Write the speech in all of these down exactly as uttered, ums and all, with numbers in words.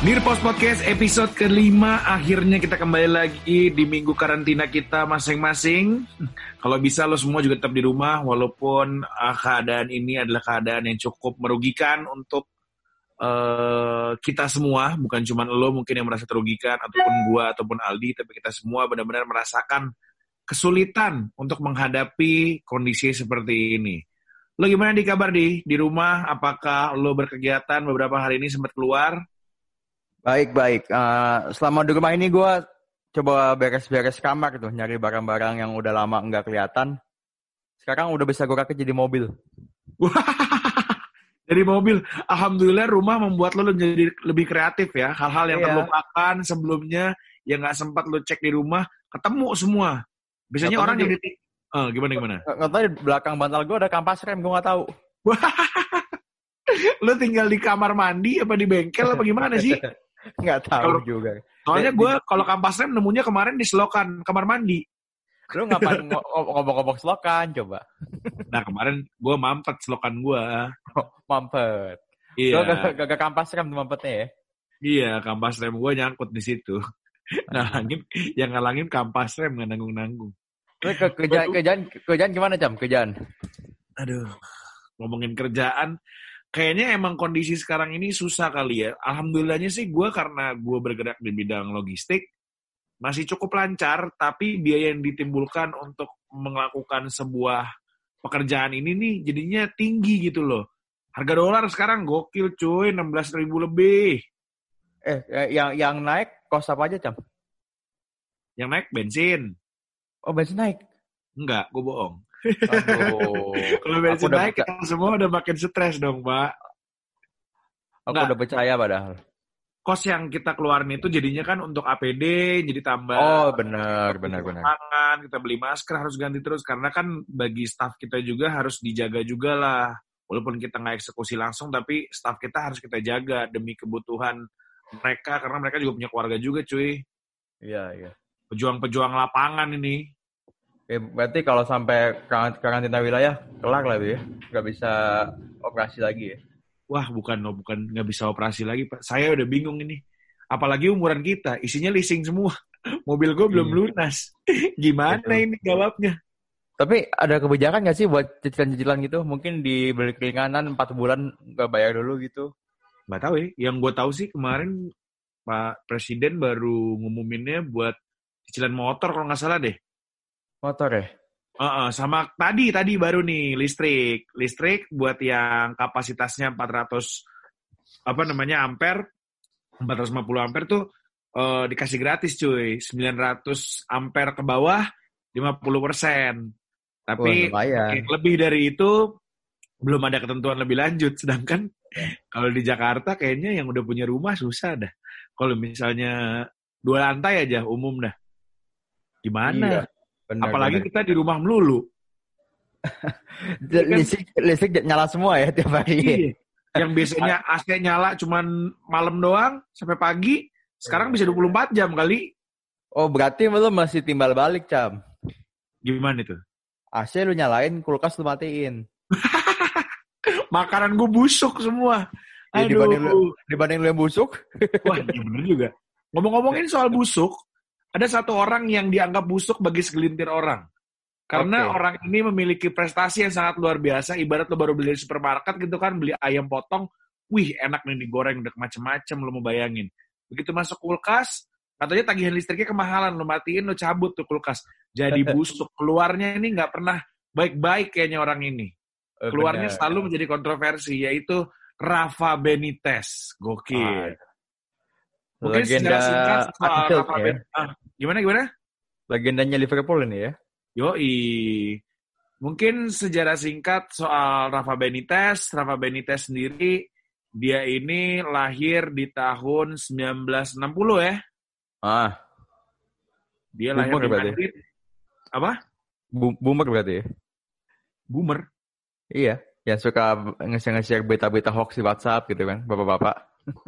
Nirpos Podcast episode kelima. Akhirnya kita kembali lagi di minggu karantina kita masing-masing. Kalau bisa lo semua juga tetap di rumah, walaupun uh, keadaan ini adalah keadaan yang cukup merugikan untuk uh, kita semua. Bukan cuma lo mungkin yang merasa terugikan, ataupun gua, ataupun Aldi, tapi kita semua benar-benar merasakan kesulitan untuk menghadapi kondisi seperti ini. Lo gimana di kabar di di rumah? Apakah lo berkegiatan beberapa hari ini sempat keluar? Baik-baik. Uh, selama di rumah ini gue coba beres-beres kamar tuh, nyari barang-barang yang udah lama nggak kelihatan. Sekarang udah bisa gue rakit jadi mobil. Jadi mobil. Alhamdulillah rumah membuat lo jadi lebih kreatif ya. Hal-hal yang iya. terlupakan sebelumnya, yang nggak sempat lo cek di rumah, ketemu semua. Biasanya gak orang yang di... Oh, gimana gimana? Nggak tahu di belakang bantal gue ada kampas rem, gue nggak tahu. Lo tinggal di kamar mandi apa di bengkel apa gimana sih? Nggak tahu kalo, juga. Soalnya gue kalau kampas rem nemunya kemarin di selokan kamar mandi. Lu ngapain ngobok-ngobok selokan coba? Nah kemarin gue mampet selokan gue. Oh, mampet. Iya. Lu gak kampas rem mampetnya ya? Iya, kampas rem gue nyangkut di situ. Ngalangin, yang ngalangin kampas rem nggak nanggung-nanggung. Lu ke kerjaan, kerjaan, kerjaan gimana Cam? Kerjaan? Aduh, ngomongin kerjaan. Kayaknya emang kondisi sekarang ini susah kali ya. Alhamdulillahnya sih gue karena gue bergerak di bidang logistik masih cukup lancar, tapi biaya yang ditimbulkan untuk melakukan sebuah pekerjaan ini nih jadinya tinggi gitu loh. Harga dolar sekarang gokil cuy, enam belas ribu lebih. Eh, yang yang naik kos apa aja, Cam? Yang naik bensin. Oh, bensin naik? Enggak, gue bohong. Aduh. Kalau bensin naik, kita semua udah makin stres dong, Pak. Aku Nggak. udah percaya padahal. Kos yang kita keluarin itu jadinya kan untuk A P D, jadi tambah. Oh, benar, benar, benar. Tangan, kita beli masker harus ganti terus. Karena kan bagi staff kita juga harus dijaga juga lah. Walaupun kita nggak eksekusi langsung, tapi staff kita harus kita jaga demi kebutuhan mereka. Karena mereka juga punya keluarga juga, cuy. Iya, iya. Pejuang-pejuang lapangan ini. Ya, berarti kalau sampai karantina wilayah, kelar lah ya, nggak bisa operasi lagi ya? Wah, bukan, no, bukan nggak bisa operasi lagi, Pak. Saya udah bingung ini. Apalagi umuran kita, isinya leasing semua. Mobil gue belum lunas. Gimana Betul. ini jawabnya? Tapi ada kebijakan nggak sih buat cicilan-cicilan gitu? Mungkin diberi keringanan empat bulan nggak bayar dulu gitu? Nggak tahu ya. Yang gue tahu sih kemarin Pak Presiden baru ngumuminnya buat cicilan motor kalau nggak salah deh. Motor ya? Uh-uh, sama tadi, tadi baru nih, listrik. Listrik buat yang kapasitasnya empat ratus, apa namanya, ampere, empat ratus lima puluh ampere tuh uh, dikasih gratis cuy. sembilan ratus ampere ke bawah, lima puluh persen. Tapi oh, lebih dari itu, belum ada ketentuan lebih lanjut. Sedangkan kalau di Jakarta kayaknya yang udah punya rumah susah dah. Kalau misalnya dua lantai aja umum dah. Gimana? Iya. Benar, apalagi benar. Kita di rumah melulu. listrik, listrik nyala semua ya tiap hari. Iya. Yang biasanya A C nyala cuman malam doang sampai pagi, sekarang bisa dua puluh empat jam kali. Oh, berarti lu masih timbal balik, Cam. Gimana itu? A C lu nyalain, kulkas lu matiin. Makanan gue busuk semua. Ya, Aduh. Dibanding lu, dibanding lu yang busuk. Wah, iya bener juga. Ngomong-ngomongin soal busuk, ada satu orang yang dianggap busuk bagi segelintir orang. Karena okay. orang ini memiliki prestasi yang sangat luar biasa. Ibarat lo baru beli di supermarket gitu kan, beli ayam potong. Wih, enak nih digoreng, udah macem-macem, lo mau bayangin. Begitu masuk kulkas, katanya tagihan listriknya kemahalan. Lo matiin, lo cabut tuh kulkas. Jadi busuk. Keluarnya ini gak pernah baik-baik kayaknya orang ini. Keluarnya Benar. selalu menjadi kontroversi, yaitu Rafa Benitez. Gokil. Ah. Mungkin secara singkat soal Rafa ya? Benitez. Ah, gimana, gimana? Legendanya Liverpool ini ya? Yoi. Mungkin sejarah singkat soal Rafa Benitez. Rafa Benitez sendiri, dia ini lahir di tahun sembilan belas enam puluh ya? Ah. Dia lahir di Madrid. Apa? Boomer berarti ya? Boomer? Iya. Yang suka nge-share berita-berita hoax di WhatsApp gitu kan, bapak-bapak.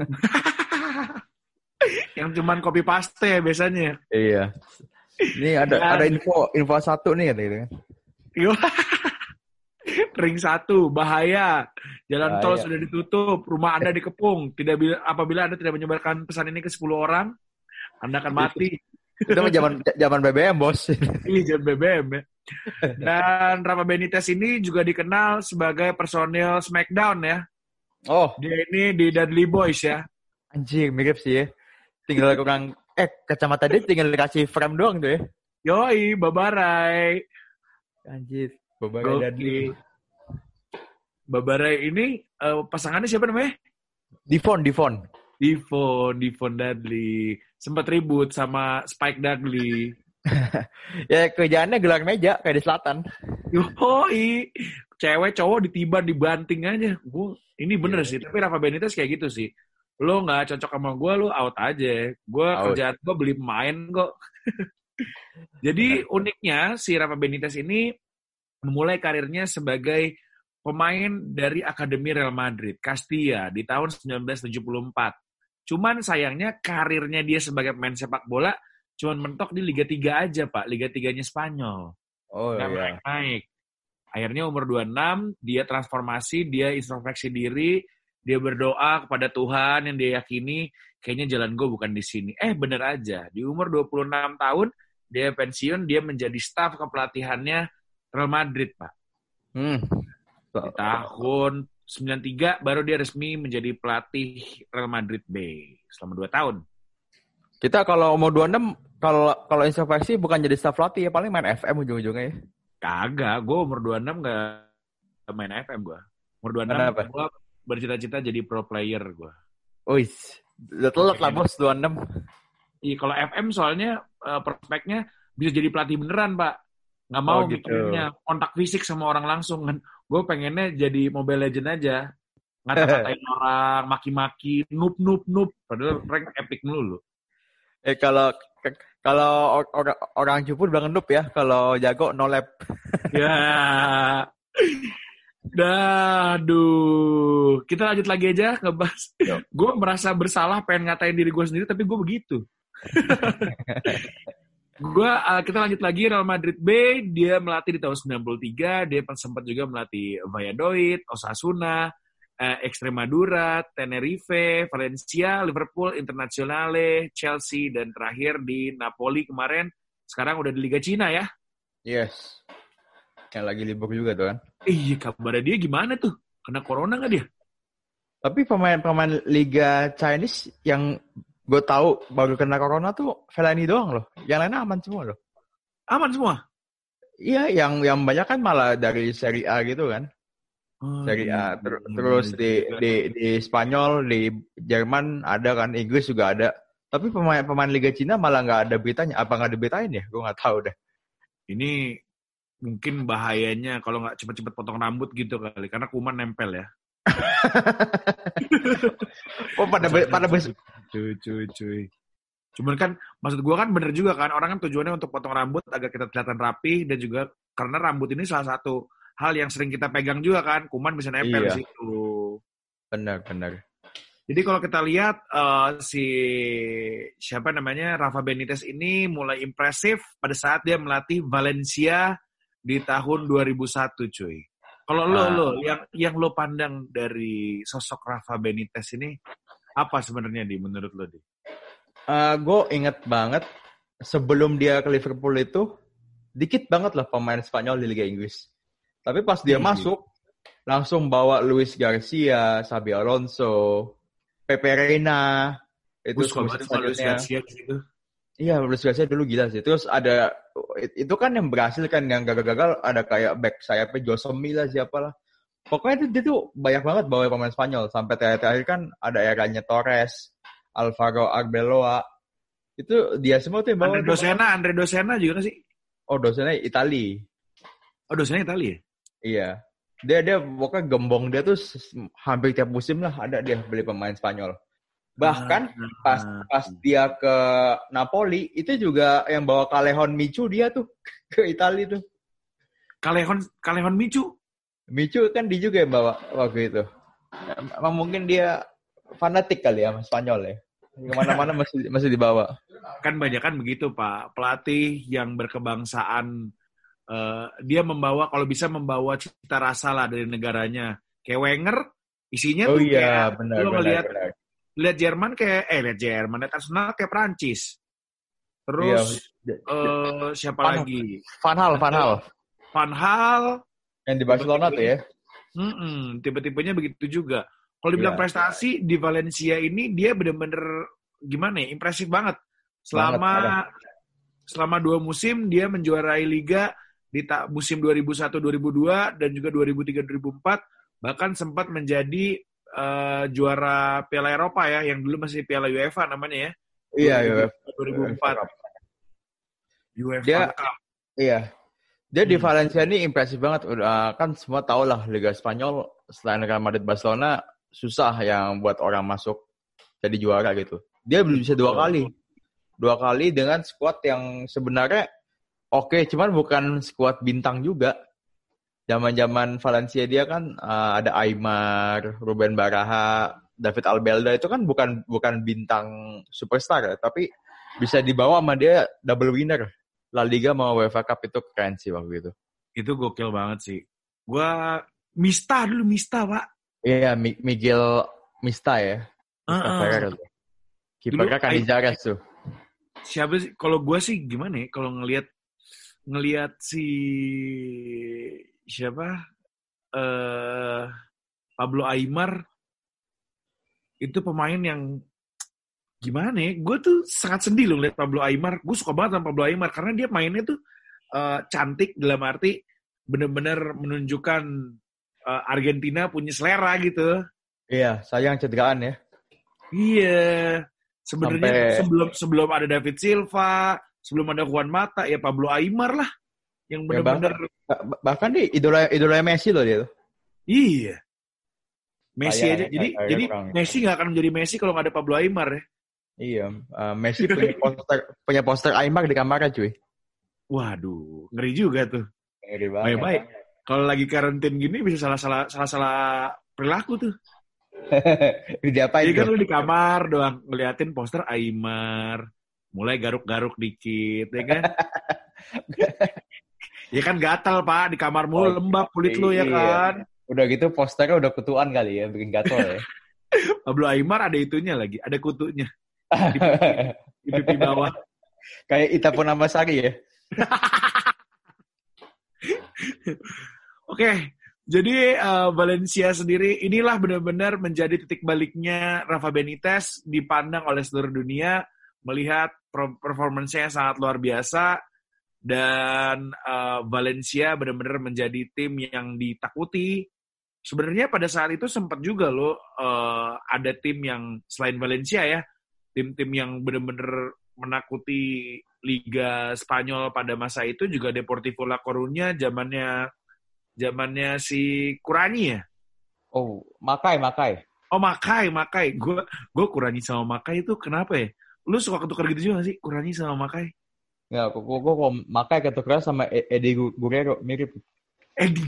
Yang cuman copy paste ya biasanya. Iya. Ini ada ya. ada info info satu nih gitu kan. Ring satu, bahaya. Jalan Bahaya. tol sudah ditutup, rumah Anda dikepung. Tidak bila, apabila Anda tidak menyebarkan pesan ini ke sepuluh orang, Anda akan mati. Itu mah zaman zaman B B M, Bos. Ih, jangan B B M ya. Dan Rafa Benitez ini juga dikenal sebagai personil SmackDown ya. Oh, Dia ini di Dudley Boys ya. anjing, mirip sih ya. Tinggal kurang, eh, kacamata dia tinggal dikasih frame doang tuh ya. Yoi, Babarai. Anjir, Babarai Dudley. Babarai ini uh, pasangannya siapa namanya? Devon, Devon. Devon, Devon Dudley. Sempat ribut sama Spike Dudley. Ya, kerjaannya gelar meja kayak di selatan. Yoi, cewek cowok ditiban, dibanting aja. Gue ini bener yeah. sih, tapi Rafa Benitez kayak gitu sih. Lo nggak cocok sama gue, lo out aja. Gue kerjaan gue beli pemain kok. Jadi uniknya si Rafa Benitez ini memulai karirnya sebagai pemain dari Akademi Real Madrid, Castilla, di tahun sembilan belas tujuh puluh empat. Cuman sayangnya karirnya dia sebagai pemain sepak bola cuman mentok di Liga tiga aja, Pak. Liga tiganya Spanyol. Oh Nggak iya. naik-naik. Akhirnya umur dua puluh enam, dia transformasi, dia introspeksi diri, dia berdoa kepada Tuhan yang dia yakini, kayaknya jalan gue bukan di sini. Eh, bener aja. Di umur dua puluh enam tahun, dia pensiun, dia menjadi staf kepelatihannya Real Madrid, Pak. Hmm. Di tahun sembilan puluh tiga baru dia resmi menjadi pelatih Real Madrid B selama dua tahun. Kita kalau umur dua puluh enam, kalau kalau introspeksi bukan jadi staf pelatih ya, paling main F M ujung-ujungnya ya. Kagak, gue umur dua puluh enam gak main F M gue. Umur dua puluh enam gue bercita-cita jadi pro player gue. Wih, udah telat lah bos dua puluh enam. Iya, kalau F M soalnya uh, prospeknya bisa jadi pelatih beneran, Pak. Nggak mau oh, gitu. Mikirinnya kontak fisik sama orang langsung kan. Gue pengennya jadi Mobile Legend aja. Ngata-ngatain orang, maki-maki, noob, noob, noob. Padahal rank epic melulu. Eh kalau kalau orang orang cupu bilang noob ya, kalau jago no lab. Ya. Dah, aduh. Kita lanjut lagi aja ngebahas. Gue merasa bersalah pengen ngatain diri gue sendiri, tapi gue begitu. Gua uh, kita lanjut lagi Real Madrid B, dia melatih di tahun sembilan puluh tiga, dia sempat juga melatih Valladolid, Osasuna, uh, Extremadura, Tenerife, Valencia, Liverpool, Internazionale, Chelsea, dan terakhir di Napoli kemarin. Sekarang udah di Liga Cina ya? Yes. Yang lagi libur juga tuh kan. Iya, kabarnya dia gimana tuh? Kena corona nggak dia? Tapi pemain-pemain Liga Chinese yang gue tahu baru kena corona tuh Fellaini doang loh. Yang lainnya aman semua loh. Aman semua? Iya, yang yang banyak kan malah dari Serie A gitu kan. Oh, Serie A. Ter- terus di, di di Spanyol, di Jerman ada kan, Inggris juga ada. Tapi pemain-pemain Liga Cina malah nggak ada beritanya. Apa nggak diberitain ya? Gue nggak tahu deh. Ini mungkin bahayanya kalau nggak cepet-cepet potong rambut gitu kali. Karena kuman nempel ya. Oh pada be, pada bes cuy cuy cuy. Cuman kan maksud gue kan bener juga kan, orang kan tujuannya untuk potong rambut agar kita kelihatan rapi, dan juga karena rambut ini salah satu hal yang sering kita pegang juga kan, kuman bisa nempel iya. di situ. Benar benar. Jadi kalau kita lihat uh, si siapa namanya Rafa Benitez ini mulai impresif pada saat dia melatih Valencia di tahun dua ribu satu cuy. Kalau lo, ah. lo yang yang lo pandang dari sosok Rafa Benitez ini apa sebenarnya di menurut lo di? Uh, gue inget banget sebelum dia ke Liverpool itu dikit banget lah pemain Spanyol di Liga Inggris. Tapi pas dia hmm. masuk langsung bawa Luis Garcia, Xabi Alonso, Pepe Reina, itu Luis Garcia gitu. Iya, Luis Garcia dulu gila sih. Terus ada itu kan yang berhasil kan, yang gagal-gagal ada kayak back sayapnya Josemi lah siapalah. Pokoknya itu dia tuh banyak banget bawa pemain Spanyol sampai terakhir kan ada eranya Torres, Alvaro Arbeloa. Itu dia semua tuh yang bawa. Andre Dosena, Andre Dosena juga sih. Oh, Dosena Itali. Oh, Dosena Itali ya? Iya. Dia dia pokoknya gembong dia tuh hampir tiap musim lah ada dia beli pemain Spanyol. Bahkan pas pas dia ke Napoli itu juga yang bawa Callejon Michu dia tuh ke Italia tuh. Callejon Callejon Michu? Michu kan dia juga yang bawa waktu itu. Emang mungkin dia fanatik kali ya sama Spanyol ya. Kemana-mana masih masih dibawa. Kan banyak kan begitu Pak, pelatih yang berkebangsaan uh, dia membawa kalau bisa membawa cita rasa lah dari negaranya. Kayak Wenger isinya oh, tuh iya, kayak benar, lo ngelihat benar. lihat Jerman kayak eh lihat Jerman, lihat Arsenal kayak Prancis. Terus iya. uh, siapa Van, lagi? Van Hal, Van Hal. Van Hal Yang di Barcelona tuh ya. Mm-mm, tipe-tipenya begitu juga. Kalau dibilang Iya. prestasi di Valencia ini dia benar-benar gimana ya, impresif banget. Selama banget, selama dua musim dia menjuarai liga di ta- musim dua ribu satu dua ribu dua dan juga dua ribu tiga dua ribu empat, bahkan sempat menjadi uh, juara Piala Eropa ya, yang dulu masih Piala UEFA namanya ya. Iya, UEFA. dua ribu empat. UEFA dia, Cup. Iya. Dia hmm. di Valencia ini impresif banget. Udah kan semua tahu lah Liga Spanyol selain Real Madrid, Barcelona susah yang buat orang masuk jadi juara gitu. Dia belum bisa dua kali. Dua kali dengan skuad yang sebenarnya oke, okay, cuman bukan skuad bintang juga. Zaman-zaman Valencia dia kan uh, ada Aimar, Ruben Baraja, David Albelda, itu kan bukan bukan bintang superstar ya, tapi bisa dibawa sama dia double winner. La Liga sama UEFA Cup, itu keren sih waktu itu. Itu gokil banget sih. Gua Mista dulu, Mista, Pak. Iya, Miguel Mista ya. Mista uh-uh. Ferrer tuh. Kipernya Canizares tuh. Siapa sih? Kalau gue sih gimana ya? Kalau ngelihat ngelihat si siapa? Uh, Pablo Aimar itu pemain yang gimana ya? Gue tuh sangat sedih loh lihat Pablo Aimar. Gue suka banget sama Pablo Aimar karena dia mainnya tuh uh, cantik dalam arti benar-benar menunjukkan uh, Argentina punya selera gitu. Iya, sayang cederaan ya. Iya. Sebenarnya Sampai... sebelum sebelum ada David Silva, sebelum ada Juan Mata, ya Pablo Aimar lah yang benar-benar. Ya, bahkan, bahkan dia idola idola Messi loh dia tuh. Iya. Messi sayang, aja. Jadi sayang jadi kurang. Messi nggak akan menjadi Messi kalau nggak ada Pablo Aimar ya. Iya, uh, Messi punya poster punya poster Aimar di kamarnya cuy. Waduh, ngeri juga tuh. Ngeri banget. Baik-baik. Kalau lagi karantin gini bisa salah-salah salah-salah perilaku tuh. Diapain? Jadi kan lu di kamar doang ngeliatin poster Aimar, mulai garuk-garuk dikit, ya kan? Ya kan gatal Pak, di kamarmu oh, lembab kulit lu ya kan? Udah gitu posternya udah kutuan kali ya, bikin gatal ya. Pablo Aimar ada itunya lagi, ada kutunya. Di pipi, di pipi bawah. Kayak Ita Purnamasari ya. Oke, jadi uh, Valencia sendiri inilah benar-benar menjadi titik baliknya Rafa Benitez dipandang oleh seluruh dunia, melihat performance-nya sangat luar biasa dan uh, Valencia benar-benar menjadi tim yang ditakuti. Sebenarnya pada saat itu sempat juga loh uh, ada tim yang selain Valencia ya, tim-tim yang benar-benar menakuti Liga Spanyol pada masa itu juga Deportivo La Coruña zamannya zamannya si Kurani ya. Oh, Makai, Makai. Oh, Makai, Makai. Gue gue Kurani sama Makai itu kenapa ya? Lu suka ketukar gitu juga gak sih? Kurani sama Makai? Enggak, gue gue kok Makai ketukar sama Eddie Guerrero, mirip. Eddie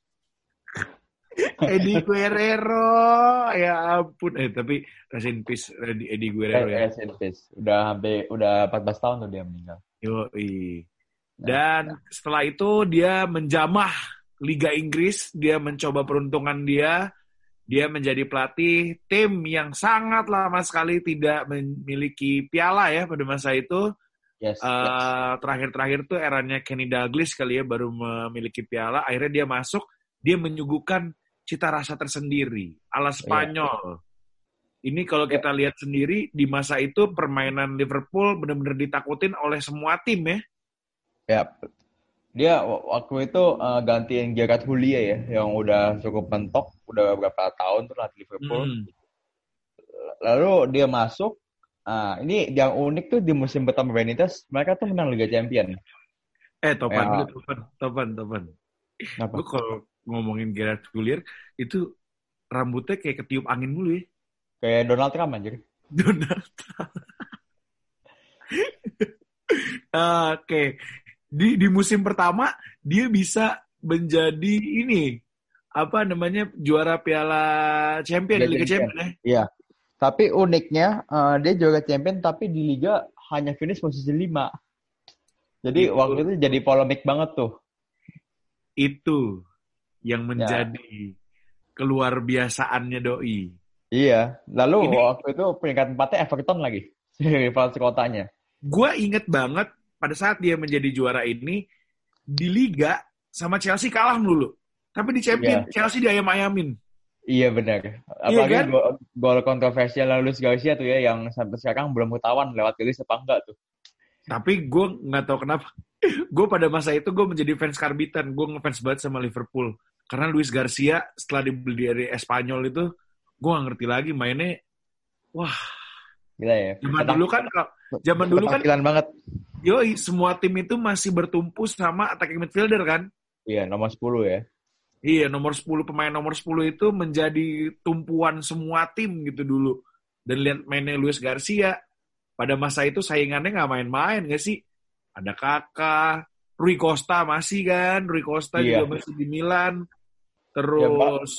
Eddie Guerrero, ya ampun. Eh tapi rest in peace Eddie, Eddie Guerrero ya. Rest in peace. Udah hampir udah empat belas tahun tuh dia meninggal. Yoi. Dan nah, setelah itu dia menjamah Liga Inggris, dia mencoba peruntungan dia, dia menjadi pelatih tim yang sangat lama sekali tidak memiliki piala ya pada masa itu. Yes, uh, yes. Terakhir-terakhir tuh eranya Kenny Dalglish kali ya baru memiliki piala. Akhirnya dia masuk, dia menyuguhkan cita rasa tersendiri ala Spanyol. Yeah. Ini kalau yeah. kita lihat sendiri di masa itu permainan Liverpool benar-benar ditakutin oleh semua tim ya. Ya, dia waktu itu uh, gantiin Gerard Houllier ya, yang udah cukup mentok, udah beberapa tahun tuh latih Liverpool. Hmm. Lalu dia masuk. Nah, ini yang unik tuh di musim pertama Benitez, mereka tuh menang Liga Champion. Eh, topan ya. dulu, topan, topan, topan. Gue kalau ngomongin Gerard Houllier, itu rambutnya kayak ketiup angin mulu ya. Kayak Donald Trump anjir. Donald Trump. uh, Oke. Okay. Di, di musim pertama, dia bisa menjadi ini, apa namanya, juara Piala Champion, Liga, Liga Champion ya. Iya. Tapi uniknya, uh, dia juara Champion, tapi di Liga hanya finish posisi lima. Jadi itu. Waktu itu jadi polemik banget tuh. Itu yang Ya. menjadi keluar biasaannya Doi. Iya. Lalu Ini waktu itu peringkat empatnya Everton lagi. Rival sekotanya. gue inget banget pada saat dia menjadi juara ini di Liga sama Chelsea kalah dulu. Tapi di Champion Iya. Chelsea diayam-ayamin. Iya benar. Iya Apalagi kan? gol, gol kontroversial Luis Garcia tuh ya yang sampai sekarang belum ketahuan lewat garis apa enggak tuh. Tapi gue nggak tahu kenapa. Gue pada masa itu gue menjadi fans karbitan. Gue ngefans banget sama Liverpool. Karena Luis Garcia setelah dibeli dari Espanyol itu, gue nggak ngerti lagi mainnya. Wah, Gila ya. zaman Ketang, dulu kan, zaman dulu kan, ketampilan banget. yoi semua tim itu masih bertumpu sama attacking midfielder kan. Iya, nomor sepuluh ya. Iya, nomor sepuluh, pemain nomor sepuluh itu menjadi tumpuan semua tim gitu dulu. Dan lihat mainnya Luis Garcia, pada masa itu saingannya nggak main-main nggak sih? Ada Kakak, Rui Costa masih kan, Rui Costa Iya. juga masih di Milan. Ya, Terus,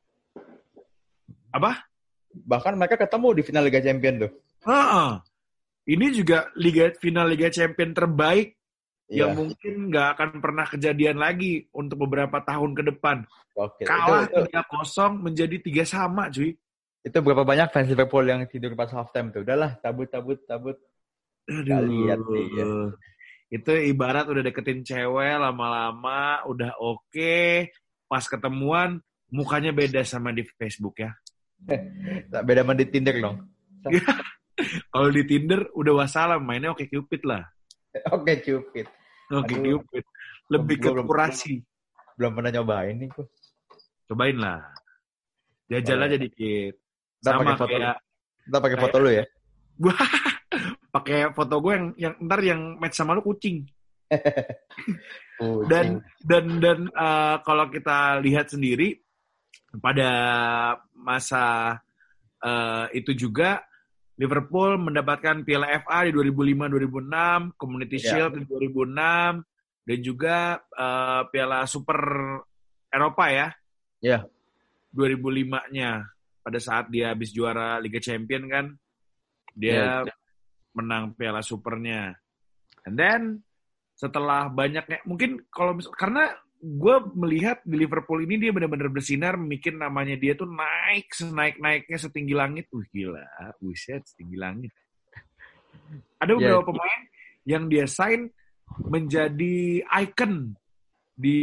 apa? bahkan mereka ketemu di final Liga Champions tuh. Heeh. Ini juga Liga final Liga Champion terbaik yang Iya. mungkin nggak akan pernah kejadian lagi untuk beberapa tahun ke depan. Oke. Kalah Itu, itu, tiga kosong menjadi tiga sama, cuy. itu berapa banyak fans Liverpool yang tidur pas halftime tuh. Udahlah, tabut, tabut, tabut. Gak lihat sih ya. Itu ibarat udah deketin cewek lama-lama, udah oke, pas ketemuan mukanya beda sama di Facebook ya. Beda sama di Tinder dong. Kalau di Tinder udah wassalam, mainnya oke Cupid lah. Oke, Cupid. Oke Aduh, Cupid. Lebih ke belum- kurasi. Belum pernah nyobain nih gua. Cobain lah. Jajal Boleh. aja dikit. Ntar Sama pakai foto, kayak ntar pakai kayak- foto lu ya. gua pakai foto gue yang yang ntar yang match sama lu kucing. Kucing. Dan dan dan eh, kalau kita lihat sendiri pada masa eh, itu juga Liverpool mendapatkan Piala F A di dua ribu lima dua ribu enam, Community Ya. Shield di dua ribu enam, dan juga eh, Piala Super Eropa ya. Ya. dua ribu lima-nya pada saat dia habis juara Liga Champion kan, dia Ya. menang Piala Supernya. And then setelah banyaknya, mungkin kalau mis- karena gue melihat di Liverpool ini dia benar-benar bersinar, bikin namanya dia tuh naik, senaik-naiknya setinggi langit. Wih gila, buset setinggi langit. Ada beberapa Ya. pemain yang dia sign menjadi icon di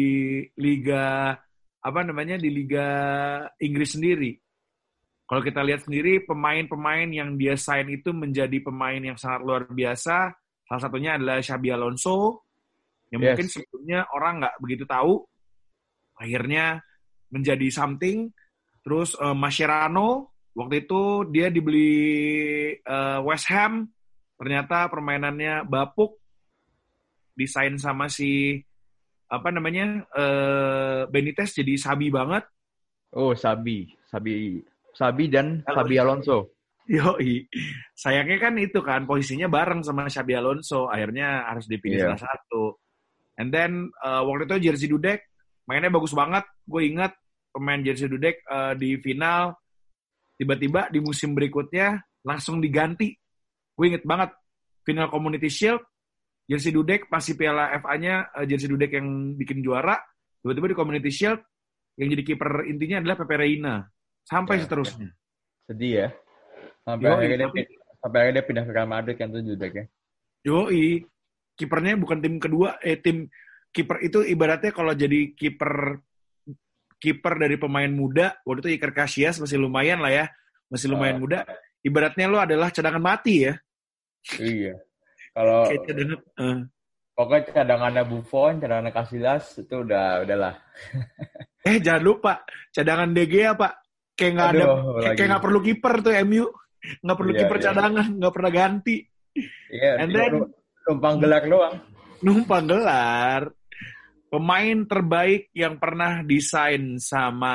Liga apa namanya di Liga Inggris sendiri. Kalau kita lihat sendiri pemain-pemain yang dia sign itu menjadi pemain yang sangat luar biasa. Salah satunya adalah Xabi Alonso yang Yes. mungkin sebelumnya orang nggak begitu tahu. Akhirnya menjadi something. Terus uh, Mascherano waktu itu dia dibeli uh, West Ham. Ternyata permainannya bapuk. Desain sama si apa namanya uh, Benitez jadi sabi banget. Oh, Sabi, Sabi, Sabi dan Halo. Sabi Alonso. Yoi. Sayangnya kan itu kan posisinya bareng sama Xabi Alonso. Akhirnya harus dipilih Iya. salah satu. And then uh, waktu itu Jerzy Dudek mainnya bagus banget. Gue ingat pemain Jerzy Dudek uh, di final tiba-tiba di musim berikutnya langsung diganti. Gue inget banget final Community Shield Jerzy Dudek masih Piala F A-nya uh, Jerzy Dudek yang bikin juara. Tiba-tiba di Community Shield yang jadi kiper intinya adalah Pepe Reina. Sampai Ya, seterusnya. Sedih ya. Sampai Yoi, akhirnya dia, tapi- sampai akhirnya dia pindah ke Real Madrid kan tuh Dudek ya. Yoi, kipernya bukan tim kedua, eh tim kiper itu ibaratnya kalau jadi kiper kiper dari pemain muda, waktu itu Iker Casillas masih lumayan lah ya, masih lumayan Oh. muda. Ibaratnya lo adalah cadangan mati ya. Iya. Kalau Kayak cadangan. eh. pokoknya cadangannya Buffon, cadangannya Casillas itu udah udahlah. Eh jangan lupa cadangan De Gea Pak, kayak nggak ada, Aduh, kayak lagi. kayak nggak perlu kiper tuh M U, nggak perlu Iya, kiper iya. cadangan, nggak pernah ganti, Iya, And dia then- nu- numpang gelar doang. numpang gelar. Pemain terbaik yang pernah desain sama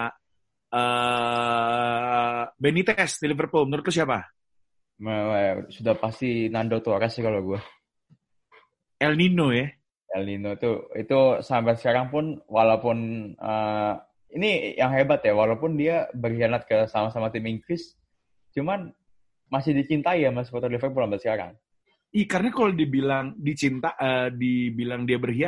uh, Benitez di Liverpool, menurut lu siapa? Me- Sudah pasti Nando Torres sih kalau gue. El Nino ya. El Nino tuh itu sampai sekarang pun walaupun eh, ini yang hebat ya, walaupun dia berkhianat ke sama-sama tim Inggris, cuman masih dicintai ya mas supporter Liverpool sampai sekarang. Ih, karena kalau dibilang dicinta, eh, dibilang dia berkhianat,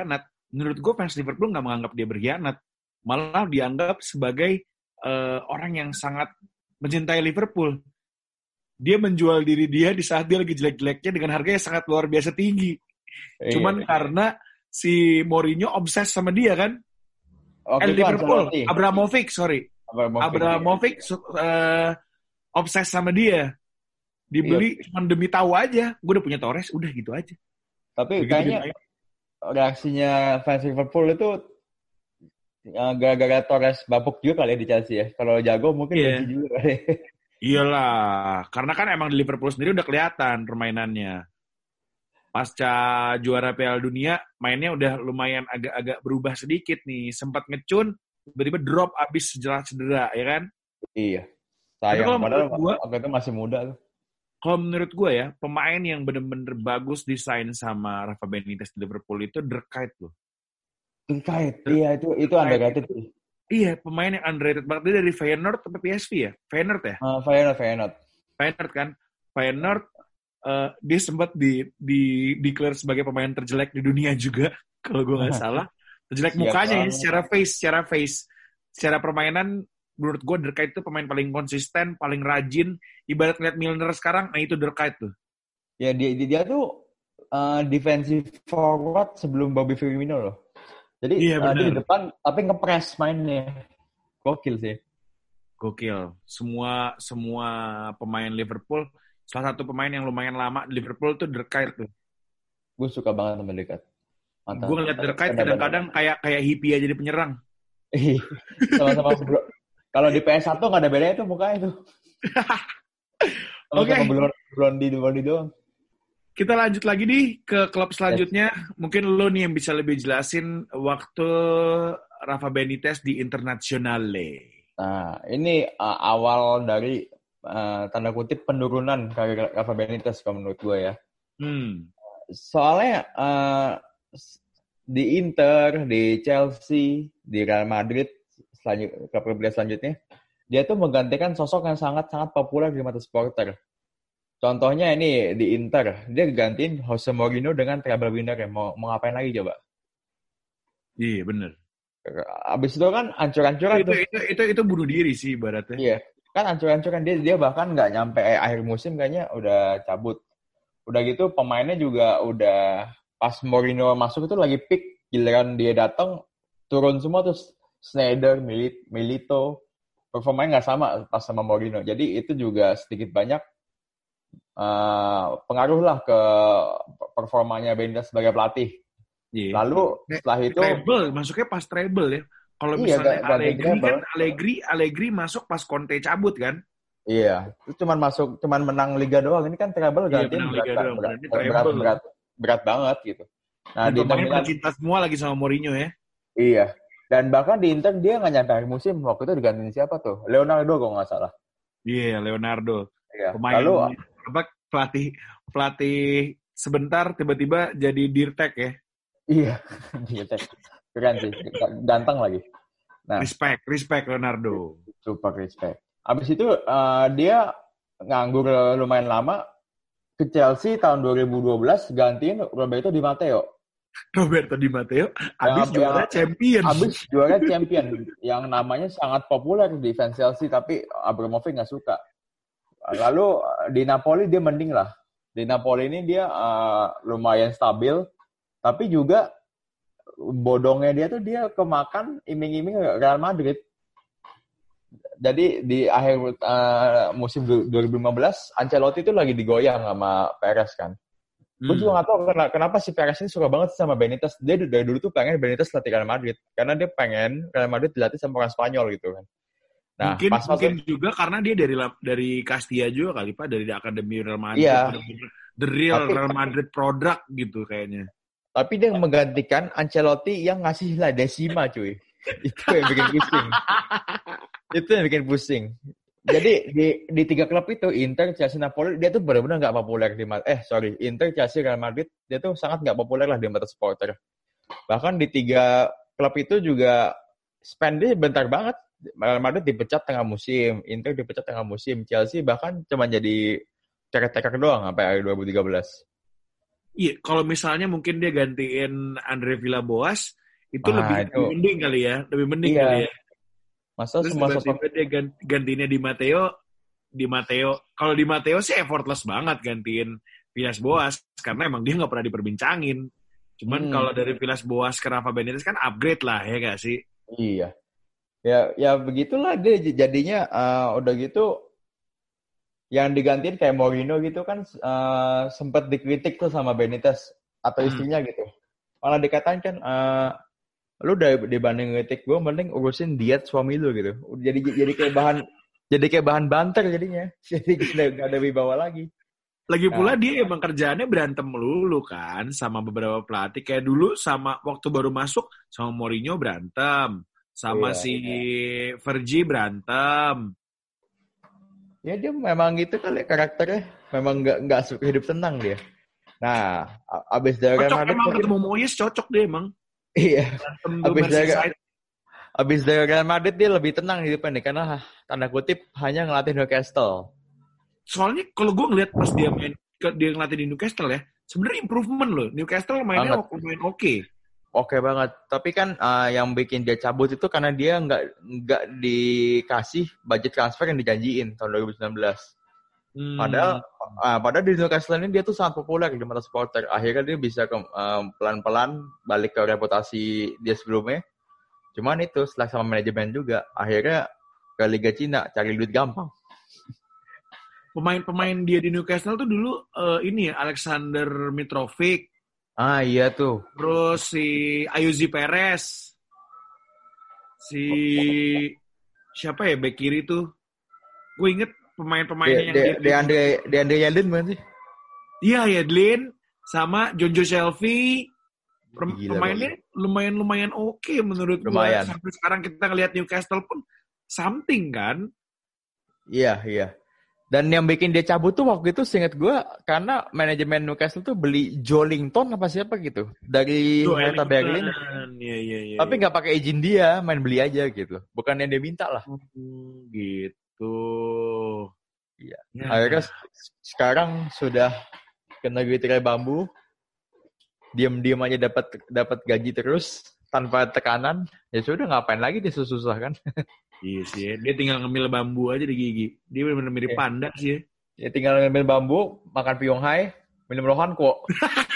menurut gue fans Liverpool nggak menganggap dia berkhianat, malah dianggap sebagai uh, orang yang sangat mencintai Liverpool. Dia menjual diri dia di saat dia lagi jelek-jeleknya dengan harga yang sangat luar biasa tinggi. Iya. Cuman karena si Mourinho obses sama dia kan. Waktu eh, Liverpool, Abramovich, sorry. Abramovich, Abramovich uh, obses sama dia. Dibeli iya. Cuma demi tahu aja. Gue udah punya Torres, udah gitu aja. Tapi begitu kayaknya dia reaksinya fans Liverpool itu uh, gara-gara Torres babuk juga kali ya di Chelsea ya. Kalau jago mungkin yeah. benci juga kali. Iyalah, karena kan emang di Liverpool sendiri udah kelihatan permainannya. Pasca juara Piala Dunia, mainnya udah lumayan agak-agak berubah sedikit nih. Sempat ngecun, tiba-tiba drop abis cedera, ya kan? Iya. Sayang, padahal waktu itu masih muda tuh. Kalau menurut gue ya, pemain yang bener-bener bagus desain sama Rafa Benitez di Liverpool itu Derkait loh. Derkait, iya itu itu underrated sih. Iya, pemain yang underrated banget. Dia dari Feyenoord atau P S V ya? Feyenoord ya? Uh, Feyenoord, Feyenoord. Feyenoord kan? Feyenoord, uh, dia sempat di, di declare sebagai pemain terjelek di dunia juga, kalau gue nggak salah. Terjelek mukanya ya, secara face, secara face. Secara permainan, menurut gue Derkait itu pemain paling konsisten, paling rajin. Ibarat ngeliat Milner sekarang, nah itu Derkait tuh. Ya, dia, dia tuh uh, defensive forward sebelum Bobby Firmino loh. Jadi iya, uh, dia di depan, tapi nge-press mainnya. Gokil sih. Gokil. Semua semua pemain Liverpool, salah satu pemain yang lumayan lama di Liverpool tuh Derkait tuh. Gue suka banget sama Derkait. Gue ngeliat Derkait kadang-kadang kayak kayak hippie aja jadi penyerang. Sama-sama bro. Kalau di P S satu nggak ada bedanya tuh mukanya tuh. Oke. Okay. Blondi blondi doang. Kita lanjut lagi nih ke klub selanjutnya. Yes. Mungkin lo nih yang bisa lebih jelasin waktu Rafa Benitez di Internazionale. Nah, ini uh, awal dari uh, tanda kutip penurunan karir Rafa Benitez kalau menurut gue ya. Hmm. Soalnya uh, di Inter, di Chelsea, di Real Madrid, selanjut, klub-klub selanjutnya, dia tuh menggantikan sosok yang sangat-sangat populer di mata supporter. Contohnya ini di Inter, dia gantiin Jose Mourinho dengan treble winner ya. Mau, mau ngapain lagi coba? Iya, bener. Abis itu kan ancur-ancuran itu, tuh. Itu, itu, itu bunuh diri sih ibaratnya. Iya, kan ancur-ancuran. Dia, dia bahkan nggak nyampe akhir musim kayaknya udah cabut. Udah gitu pemainnya juga udah, pas Mourinho masuk itu lagi peak, giliran dia datang turun semua terus Sneijder, Milito, performanya nggak sama pas sama Mourinho. Jadi itu juga sedikit banyak Uh, pengaruh lah ke performanya Benitez sebagai pelatih. Yeah. Lalu setelah itu treble, masuknya pas treble ya. Kalau iya, misalnya gak, Allegri gak kan Allegri Allegri masuk pas Conte cabut kan? Iya, itu cuman masuk cuman menang Liga doang. Ini kan treble iya, gantiin berat, berat, doang, berat, berat, berat, berat, berat banget gitu. Nah, dan di Inter cinta semua lagi sama Mourinho ya. Iya. Dan bahkan di Inter dia nggak nyampe akhir musim. Waktu itu digantiin siapa tuh? Leonardo kalau nggak salah. Iya, yeah, Leonardo. Iya. Pemain Lalu apa pelatih pelatih sebentar tiba-tiba jadi dirtek ya. Iya, dirtek. Keren sih, ganteng lagi. Nah, respect, respect Leonardo. Super respect. Abis itu uh, dia nganggur lumayan lama ke Chelsea tahun dua ribu dua belas gantiin Roberto Di Matteo. Roberto Di Matteo abis yang, juara yang, champion. Abis juara champion yang namanya sangat populer di fans Chelsea tapi Abramovich nggak suka. Lalu di Napoli dia mending lah. Di Napoli ini dia uh, lumayan stabil, tapi juga bodongnya dia tuh dia kemakan iming-iming Real Madrid. Jadi di akhir uh, musim dua ribu lima belas, Ancelotti itu lagi digoyang sama Perez kan. Hmm. Gue juga nggak tahu kenapa si Perez ini suka banget sama Benitez. Dia dari dulu tuh pengen Benitez latih Real Madrid, karena dia pengen Real Madrid dilatih sama orang Spanyol gitu kan. Nah, mungkin pas mungkin masuk, juga karena dia dari dari Castilla juga kali Pak, dari Akademi Real Madrid, iya, the real tapi, Real Madrid product gitu kayaknya. Tapi dia menggantikan Ancelotti yang ngasih La Decima cuy. Itu yang bikin pusing. Itu yang bikin pusing. Jadi di di tiga klub itu Inter, Chelsea, Napoli dia tuh benar-benar nggak populer di mata eh sorry Inter, Chelsea, Real Madrid dia tuh sangat nggak populer lah di mata supporter. Bahkan di tiga klub itu juga spendnya bentar banget. Real Madrid dipecat tengah musim, Inter dipecat tengah musim, Chelsea bahkan cuma jadi caretaker doang sampai akhir dua ribu tiga belas. Iya, kalau misalnya mungkin dia gantiin Andre Villaboas, itu Ah, lebih, itu. lebih mending kali ya, lebih mending Iya. kali ya. Masa Terus semua sosok. tiba-tiba dia ganti, gantinya di Matteo, di Matteo. Kalau di Matteo sih effortless banget gantiin Villas-Boas, karena emang dia nggak pernah diperbincangin. Cuman Hmm, kalau dari Villas-Boas ke Rafa Benitez kan upgrade lah, ya nggak sih? iya. Ya, ya begitulah dia j- jadinya eh, udah gitu yang digantiin kayak Mourinho gitu kan eh, sempat dikritik tuh sama Benitez atau Hmm. istrinya gitu. Malah dikatain kan eh, lu udah dibanding ngeritik gue mending urusin diet suami lu gitu. Jadi jadi kayak bahan jadi kayak bahan banter jadinya. Jadi gak ada wibawa lagi. Lagi Nah, pula dia emang kerjaannya berantem melulu kan sama beberapa pelatih. Kayak dulu sama waktu baru masuk sama Mourinho berantem, sama iya. si Fergie berantem. Ya dia memang gitu kali karakternya. Memang nggak nggak suka hidup tenang dia. Nah, a- abis dari Real Cocok Madrid emang mungkin ketemu Moyes, cocok dia emang. iya. Berantem tuh Abis dari Merseyside. abis dari Real Madrid dia lebih tenang hidupnya nih karena tanda kutip hanya ngelatih Newcastle. Soalnya kalau gue ngeliat pas dia main, dia ngelatih di Newcastle ya, sebenarnya improvement loh. Newcastle mainnya Banget. lumayan oke. Oke banget. Tapi kan uh, yang bikin dia cabut itu karena dia nggak nggak dikasih budget transfer yang dijanjiin tahun dua ribu sembilan belas. Hmm. Padahal uh, padahal di Newcastle ini dia tuh sangat populer di mata supporter. Akhirnya dia bisa ke, um, pelan-pelan balik ke reputasi dia sebelumnya. Cuman itu setelah sama manajemen juga akhirnya ke Liga Cina cari duit gampang. Pemain-pemain dia di Newcastle tuh dulu uh, ini ya, Alexander Mitrovic, Ah iya tuh. terus si Ayuzi Perez, si siapa ya bek kiri tuh? Gue inget pemain-pemainnya yang De, dia de, Andre De Andre Yandin bukan sih? Iya ya, Dlin sama Jonjo Shelvey. Pem- Gila, Pemainnya lumayan-lumayan oke menurut gue. Lumayan. Sampai sekarang kita ngelihat Newcastle pun something kan. Iya, iya. Dan yang bikin dia cabut tuh waktu itu seingat gue karena manajemen Newcastle tuh beli Joelinton apa siapa gitu dari Tuh, Hertha Berlin. Iya, iya, iya. Tapi nggak pakai izin dia, main beli aja gitu. Bukan yang dia minta lah. Hmm, gitu. Iya. Ya. Akhirnya sekarang sudah ke negeri tirai bambu, diam-diam aja dapat dapat gaji terus tanpa tekanan. Ya sudah ngapain lagi dia susah-susah kan? Iya sih ya. Dia tinggal ngemil bambu aja di gigi. Dia benar-benar mirip Iya. panda sih ya. Ya tinggal ngambil bambu, makan Pyonghai, minum rohan kok.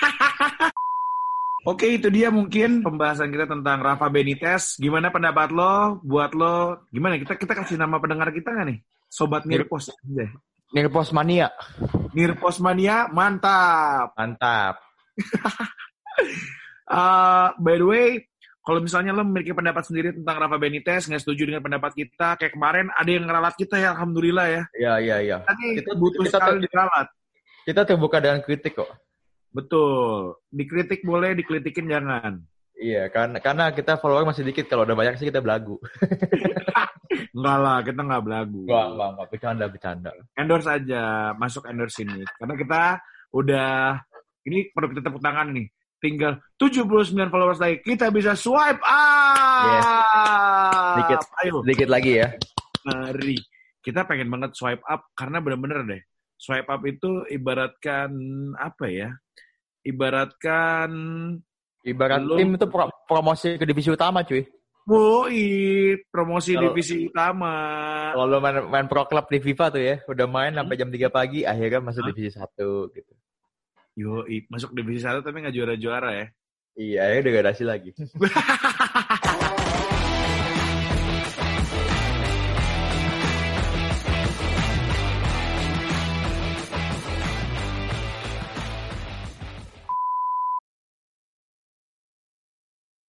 Oke, itu dia mungkin pembahasan kita tentang Rafa Benitez. Gimana pendapat lo? Buat lo, gimana? Kita kita kasih nama pendengar kita nggak nih? Sobat Nirpos. Nirpos Mania. Nirpos Mania, mantap. Mantap. uh, by the way, kalau misalnya lo memiliki pendapat sendiri tentang Rafa Benitez, nggak setuju dengan pendapat kita, kayak kemarin ada yang ngeralat kita ya, alhamdulillah ya. Iya, iya, iya. Tadi Kita butuh kita, sekali diralat. kita terbuka dengan kritik kok. Betul. Dikritik boleh, dikritikin jangan. Iya, karena karena kita follower masih dikit. Kalau udah banyak sih kita belagu. Enggak lah, kita nggak belagu. Enggak, enggak, enggak. Bercanda, bercanda. Endorse aja, masuk endorse ini. Karena kita udah, ini perlu kita tepuk tangan nih. Tinggal tujuh puluh sembilan followers lagi. Kita bisa swipe up. Yes. Dikit, Ayo. dikit lagi ya. Mari. Kita pengen banget swipe up karena bener-bener deh. Swipe up itu ibaratkan apa ya? Ibaratkan Ibarat Lu- tim itu pro- promosi ke divisi utama, cuy. woi, promosi Kalau- divisi utama. Kalau lo main, main pro club di FIFA tuh ya, udah main sampai jam tiga pagi, akhirnya masuk Hah? divisi satu gitu. Yo, masuk divisi satu tapi nggak juara-juara ya. Iya, akhirnya degradasi lagi.